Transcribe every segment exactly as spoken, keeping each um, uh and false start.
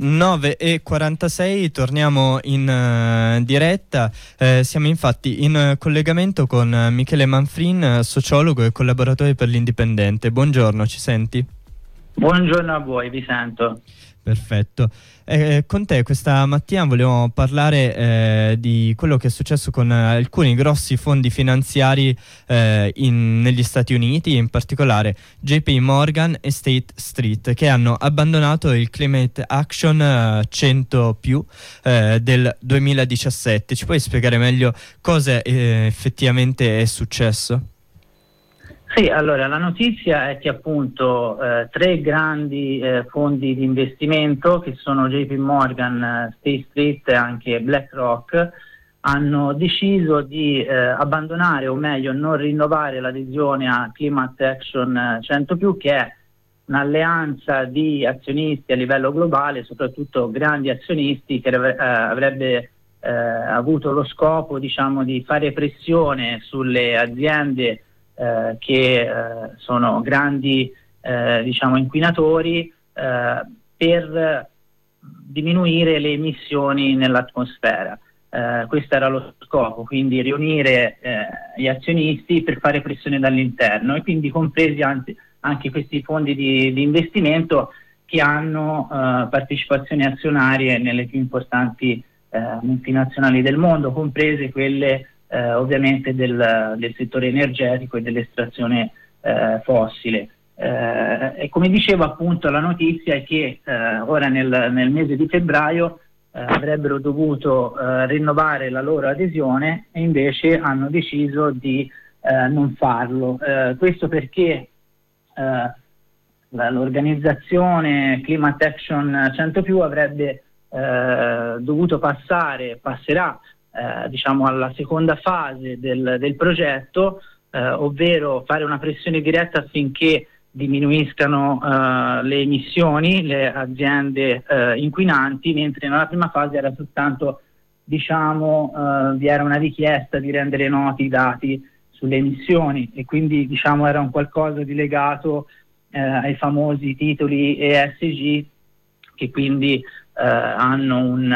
nove e quarantasei, torniamo in uh, diretta. Eh, siamo infatti in uh, collegamento con uh, Michele Manfrin, sociologo e collaboratore per l'Indipendente. Buongiorno, ci senti? Buongiorno a voi, vi sento. Perfetto. Eh, con te questa mattina volevo parlare eh, di quello che è successo con eh, alcuni grossi fondi finanziari eh, in, negli Stati Uniti, in particolare J P Morgan e State Street, che hanno abbandonato il Climate Action eh, cento più eh, del duemiladiciassette. Ci puoi spiegare meglio cosa eh, effettivamente è successo? Sì, allora la notizia è che appunto eh, tre grandi eh, fondi di investimento, che sono J P Morgan, eh, State Street e anche BlackRock, hanno deciso di eh, abbandonare, o meglio non rinnovare l'adesione a Climate Action cento più, che è un'alleanza di azionisti a livello globale, soprattutto grandi azionisti, che eh, avrebbe eh, avuto lo scopo, diciamo, di fare pressione sulle aziende Eh, che eh, sono grandi eh, diciamo inquinatori eh, per diminuire le emissioni nell'atmosfera. Eh, questo era lo scopo, quindi riunire eh, gli azionisti per fare pressione dall'interno, e quindi compresi anche, anche questi fondi di, di investimento che hanno eh, partecipazioni azionarie nelle più importanti eh, multinazionali del mondo, comprese quelle Eh, ovviamente del, del settore energetico e dell'estrazione eh, fossile. Eh, e come dicevo, appunto, la notizia è che eh, ora nel, nel mese di febbraio eh, avrebbero dovuto eh, rinnovare la loro adesione, e invece hanno deciso di eh, non farlo. Eh, questo perché eh, la, l'organizzazione Climate Action cento più avrebbe eh, dovuto passare, passerà Eh, diciamo alla seconda fase del, del progetto, eh, ovvero fare una pressione diretta affinché diminuiscano eh, le emissioni, le aziende eh, inquinanti, mentre nella prima fase era soltanto, diciamo, eh, vi era una richiesta di rendere noti i dati sulle emissioni, e quindi, diciamo, era un qualcosa di legato eh, ai famosi titoli E S G, che quindi eh, hanno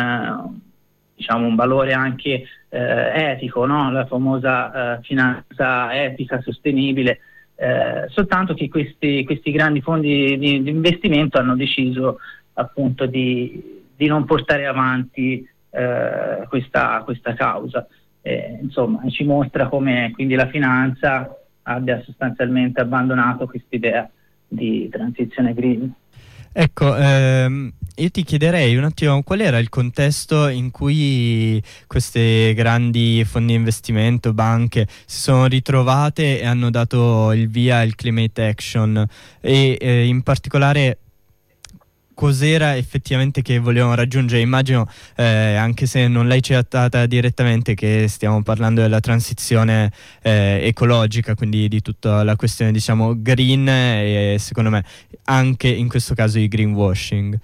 un diciamo un valore anche eh, etico, no? La famosa eh, finanza etica sostenibile, eh, soltanto che questi, questi grandi fondi di, di investimento hanno deciso appunto di, di non portare avanti eh, questa, questa causa. Eh, insomma, ci mostra come quindi la finanza abbia sostanzialmente abbandonato quest'idea di transizione green. Ecco, ehm, io ti chiederei un attimo qual era il contesto in cui queste grandi fondi di investimento, banche, si sono ritrovate e hanno dato il via al Climate Action, e eh, in particolare cos'era effettivamente che volevano raggiungere. Immagino, eh, anche se non l'hai citata direttamente, che stiamo parlando della transizione eh, ecologica, quindi di tutta la questione, diciamo, green, e secondo me anche in questo caso di greenwashing.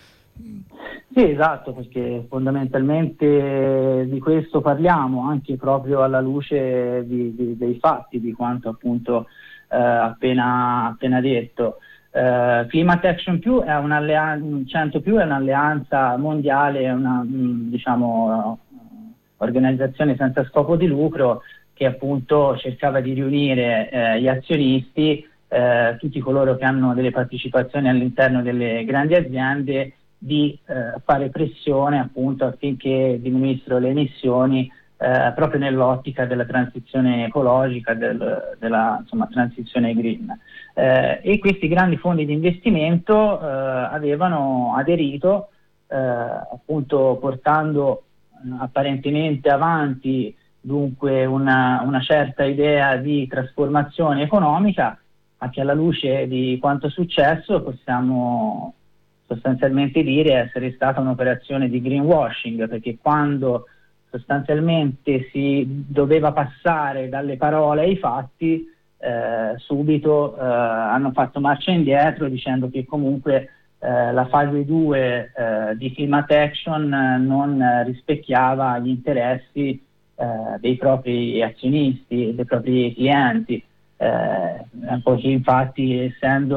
Sì, esatto, perché fondamentalmente di questo parliamo, anche proprio alla luce di, di, dei fatti, di quanto appunto eh, appena, appena detto. Uh, Climate Action più è un'alleanza, cento più è un'alleanza mondiale, è una mh, diciamo uh, organizzazione senza scopo di lucro, che appunto cercava di riunire eh, gli azionisti, eh, tutti coloro che hanno delle partecipazioni all'interno delle grandi aziende, di eh, fare pressione appunto affinché diminuissero le emissioni eh, proprio nell'ottica della transizione ecologica, del, della insomma, transizione green. Eh, e questi grandi fondi di investimento eh, avevano aderito, eh, appunto portando eh, apparentemente avanti dunque una, una certa idea di trasformazione economica, ma che alla luce di quanto è successo possiamo sostanzialmente dire essere stata un'operazione di greenwashing, perché quando sostanzialmente si doveva passare dalle parole ai fatti, Eh, subito eh, hanno fatto marcia indietro, dicendo che comunque eh, la fase due eh, di Climate Action eh, non eh, rispecchiava gli interessi eh, dei propri azionisti, dei propri clienti, eh, poiché infatti, essendo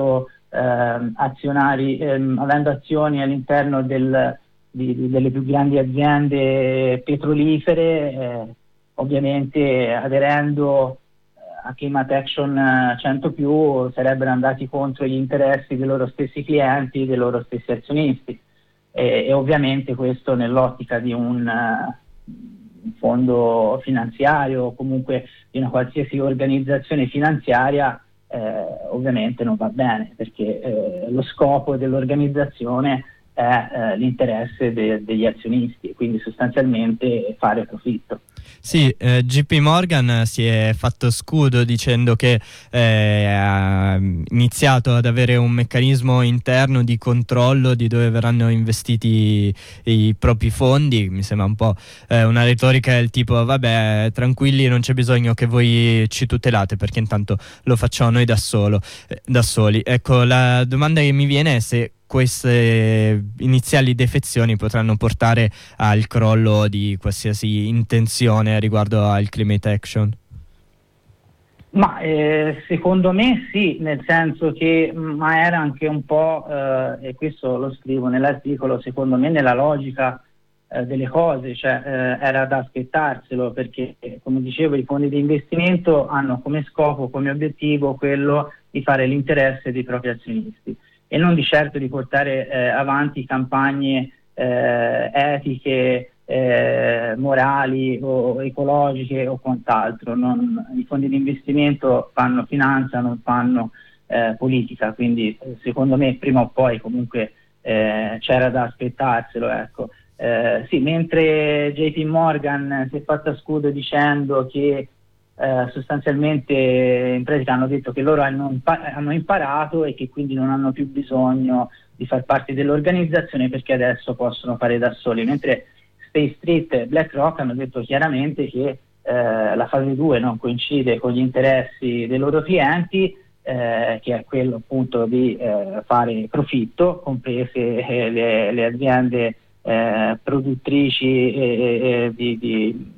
ehm, azionari, ehm, avendo azioni all'interno del, di, di, delle più grandi aziende petrolifere, eh, ovviamente aderendo a Climate Action cento più sarebbero andati contro gli interessi dei loro stessi clienti, dei loro stessi azionisti, e, e ovviamente questo nell'ottica di un, uh, un fondo finanziario o comunque di una qualsiasi organizzazione finanziaria eh, ovviamente non va bene, perché eh, lo scopo dell'organizzazione è eh, l'interesse de- degli azionisti, quindi sostanzialmente fare profitto. Sì, eh, J P Morgan si è fatto scudo dicendo che eh, ha iniziato ad avere un meccanismo interno di controllo di dove verranno investiti i, i propri fondi. Mi sembra un po' eh, una retorica del tipo: vabbè, tranquilli, non c'è bisogno che voi ci tutelate, perché intanto lo facciamo noi da, solo, eh, da soli. Ecco, la domanda che mi viene è se queste iniziali defezioni potranno portare al crollo di qualsiasi intenzione riguardo al climate action. Ma eh, secondo me sì, nel senso che ma era anche un po', eh, e questo lo scrivo nell'articolo, secondo me nella logica eh, delle cose, cioè eh, era da aspettarselo, perché come dicevo i fondi di investimento hanno come scopo, come obiettivo quello di fare l'interesse dei propri azionisti e non di certo di portare eh, avanti campagne eh, etiche, eh, morali o ecologiche o quant'altro. Non, i fondi di investimento fanno finanza, non fanno eh, politica, quindi secondo me prima o poi comunque eh, c'era da aspettarselo, ecco. Eh, sì, mentre J P Morgan si è fatta scudo dicendo che Eh, sostanzialmente in pratica hanno detto che loro hanno, impa- hanno imparato e che quindi non hanno più bisogno di far parte dell'organizzazione perché adesso possono fare da soli, mentre State Street e BlackRock hanno detto chiaramente che eh, la fase due non coincide con gli interessi dei loro clienti, eh, che è quello appunto di eh, fare profitto, comprese eh, le, le aziende eh, produttrici eh, eh, di, di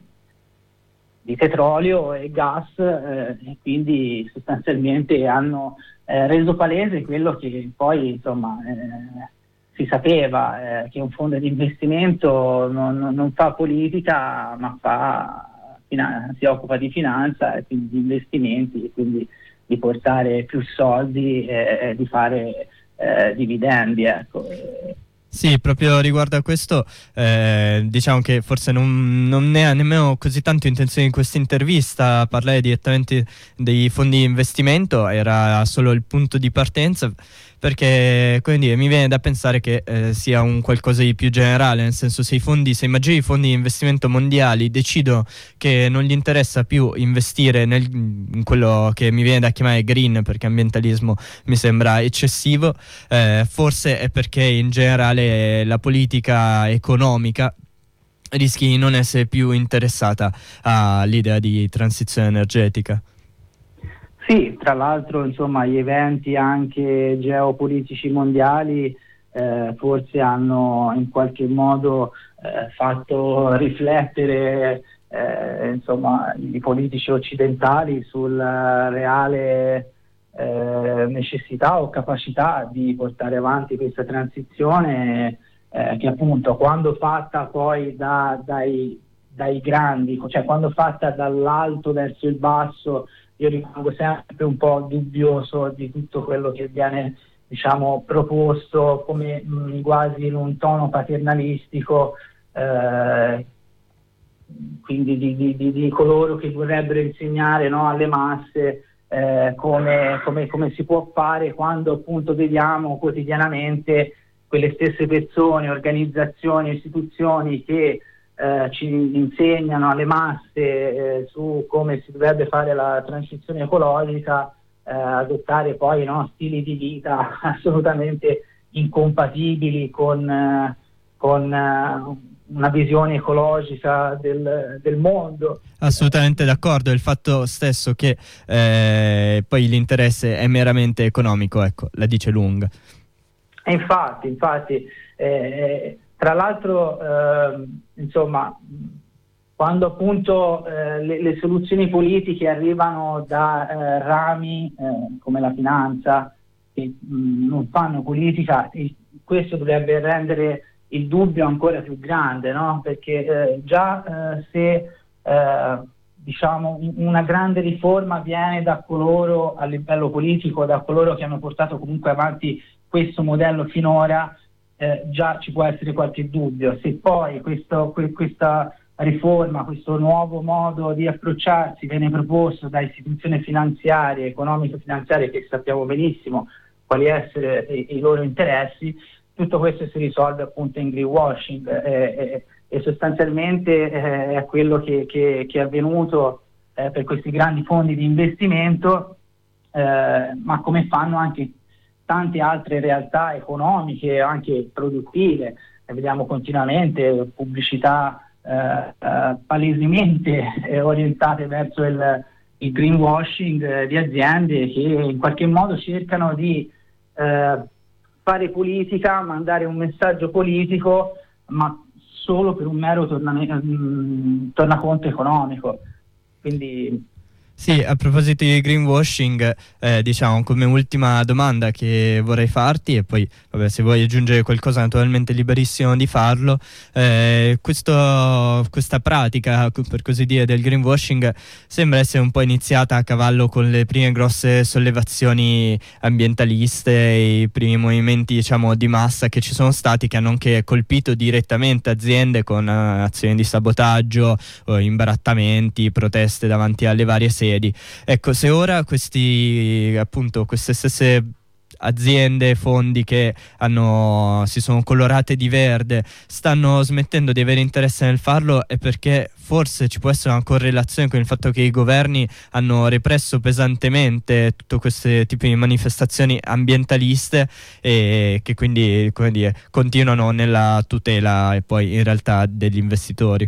di petrolio e gas, eh, e quindi sostanzialmente hanno eh, reso palese quello che poi insomma eh, si sapeva, eh, che un fondo di investimento non, non, non fa politica ma fa finan- si occupa di finanza e quindi di investimenti e quindi di portare più soldi e eh, di fare eh, dividendi, ecco. Sì, proprio riguardo a questo, eh, diciamo che forse non, non ne ha nemmeno così tanto intenzione in questa intervista parlare direttamente dei fondi di investimento, era solo il punto di partenza, perché come dire, mi viene da pensare che eh, sia un qualcosa di più generale, nel senso se i fondi, se i maggiori fondi di investimento mondiali decidono che non gli interessa più investire nel, in quello che mi viene da chiamare green, perché ambientalismo mi sembra eccessivo, eh, forse è perché in generale la politica economica rischi di non essere più interessata all'idea di transizione energetica. Sì, tra l'altro insomma gli eventi anche geopolitici mondiali eh, forse hanno in qualche modo eh, fatto riflettere eh, insomma i politici occidentali sulla reale eh, necessità o capacità di portare avanti questa transizione eh, che appunto quando fatta poi da, dai, dai grandi, cioè quando fatta dall'alto verso il basso, io rimango sempre un po' dubbioso di tutto quello che viene, diciamo, proposto come mh, quasi in un tono paternalistico, eh, quindi di, di, di, di coloro che vorrebbero insegnare, no, alle masse eh, come, come, come si può fare, quando appunto vediamo quotidianamente quelle stesse persone, organizzazioni, istituzioni che Eh, ci insegnano alle masse eh, su come si dovrebbe fare la transizione ecologica, eh, adottare poi no, stili di vita assolutamente incompatibili con, eh, con eh, una visione ecologica del, del mondo. Assolutamente d'accordo, il fatto stesso che eh, poi l'interesse è meramente economico, ecco, la dice lunga. E infatti, infatti eh, tra l'altro, eh, insomma, quando appunto eh, le, le soluzioni politiche arrivano da eh, rami eh, come la finanza che mh, non fanno politica, e questo dovrebbe rendere il dubbio ancora più grande, no? Perché eh, già eh, se eh, diciamo una grande riforma viene da coloro a livello politico, da coloro che hanno portato comunque avanti questo modello finora, eh, già ci può essere qualche dubbio. Se poi questo, que- questa riforma, questo nuovo modo di approcciarsi viene proposto da istituzioni finanziarie, economico-finanziarie, che sappiamo benissimo quali essere i, i loro interessi, tutto questo si risolve appunto in greenwashing eh, eh, e sostanzialmente eh, è quello che, che, che è avvenuto eh, per questi grandi fondi di investimento, eh, ma come fanno anche tante altre realtà economiche, anche produttive. Eh, vediamo continuamente pubblicità eh, eh, palesemente eh, orientate verso il, il greenwashing eh, di aziende che in qualche modo cercano di eh, fare politica, mandare un messaggio politico, ma solo per un mero torname- mh, tornaconto economico. Quindi Sì, a proposito di greenwashing, eh, diciamo come ultima domanda che vorrei farti, e poi vabbè, se vuoi aggiungere qualcosa naturalmente liberissimo di farlo, eh, questo, questa pratica, per così dire, del greenwashing sembra essere un po' iniziata a cavallo con le prime grosse sollevazioni ambientaliste e i primi movimenti, diciamo, di massa che ci sono stati, che hanno anche colpito direttamente aziende con uh, azioni di sabotaggio, uh, imbarattamenti, proteste davanti alle varie sedi. Ecco, se ora questi, appunto, queste stesse aziende, fondi che hanno, si sono colorate di verde, stanno smettendo di avere interesse nel farlo, è perché forse ci può essere una correlazione con il fatto che i governi hanno represso pesantemente tutte queste tipi di manifestazioni ambientaliste e che quindi, come dire, continuano nella tutela e poi in realtà degli investitori.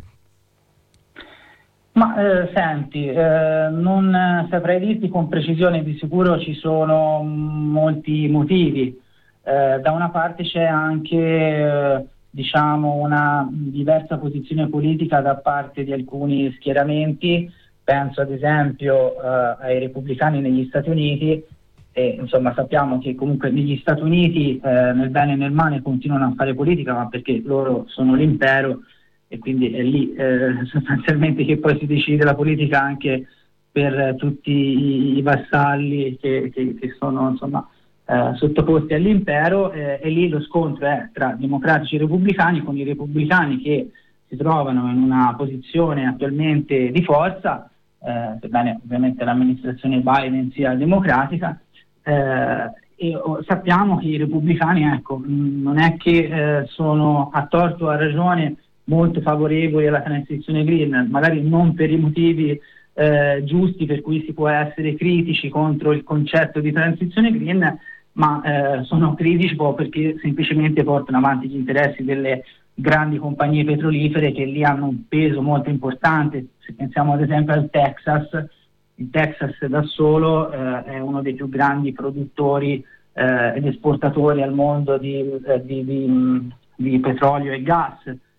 Ma eh, senti, eh, non saprei dirti con precisione, di sicuro ci sono molti motivi. Eh, da una parte c'è anche eh, diciamo una diversa posizione politica da parte di alcuni schieramenti, penso ad esempio eh, ai repubblicani negli Stati Uniti, e insomma sappiamo che comunque negli Stati Uniti eh, nel bene e nel male continuano a fare politica, ma perché loro sono l'impero, e quindi è lì eh, sostanzialmente che poi si decide la politica anche per eh, tutti i, i vassalli che, che, che sono insomma eh, sottoposti all'impero, eh, e lì lo scontro è tra democratici e repubblicani, con i repubblicani che si trovano in una posizione attualmente di forza, eh, sebbene ovviamente l'amministrazione Biden sia democratica, eh, e oh, sappiamo che i repubblicani, ecco, mh, non è che eh, sono a torto o a ragione molto favorevoli alla transizione green, magari non per i motivi eh, giusti per cui si può essere critici contro il concetto di transizione green, ma eh, sono critici proprio perché semplicemente portano avanti gli interessi delle grandi compagnie petrolifere che lì hanno un peso molto importante. Se pensiamo ad esempio al Texas, il Texas da solo eh, è uno dei più grandi produttori eh, ed esportatori al mondo di, eh, di, di, di petrolio e gas.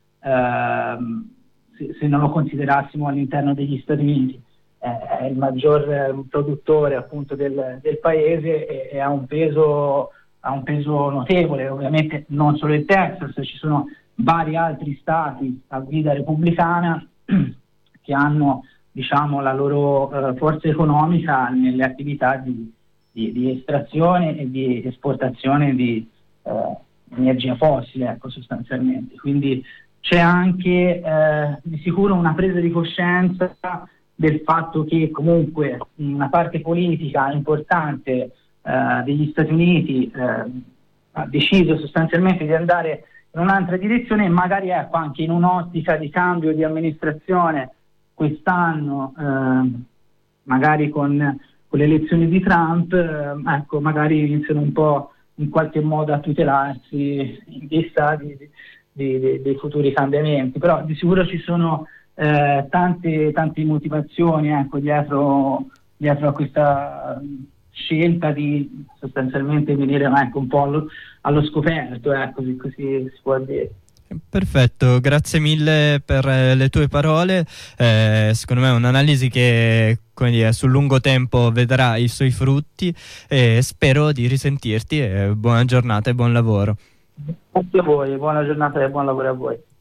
Uh, se, se non lo considerassimo all'interno degli Stati Uniti, eh, è il maggior eh, produttore appunto del, del paese e, e ha un peso ha un peso notevole. Ovviamente non solo il Texas, ci sono vari altri stati a guida repubblicana che hanno, diciamo, la loro uh, forza economica nelle attività di, di, di estrazione e di esportazione di uh, energia fossile, ecco, sostanzialmente. Quindi c'è anche eh, di sicuro una presa di coscienza del fatto che comunque una parte politica importante eh, degli Stati Uniti eh, ha deciso sostanzialmente di andare in un'altra direzione, e magari ecco, anche in un'ottica di cambio di amministrazione quest'anno, eh, magari con, con le elezioni di Trump, eh, ecco, magari iniziano un po' in qualche modo a tutelarsi in vista di, di Dei, dei futuri cambiamenti. Però di sicuro ci sono eh, tante, tante motivazioni, ecco, dietro, dietro a questa scelta di sostanzialmente venire, ecco, un po' allo, allo scoperto, ecco, così si può dire. Perfetto, grazie mille per eh, le tue parole. Eh, secondo me è un'analisi che, come dire, sul lungo tempo vedrà i suoi frutti e spero di risentirti. E buona giornata e buon lavoro. Grazie a voi, buona giornata e buon lavoro a voi.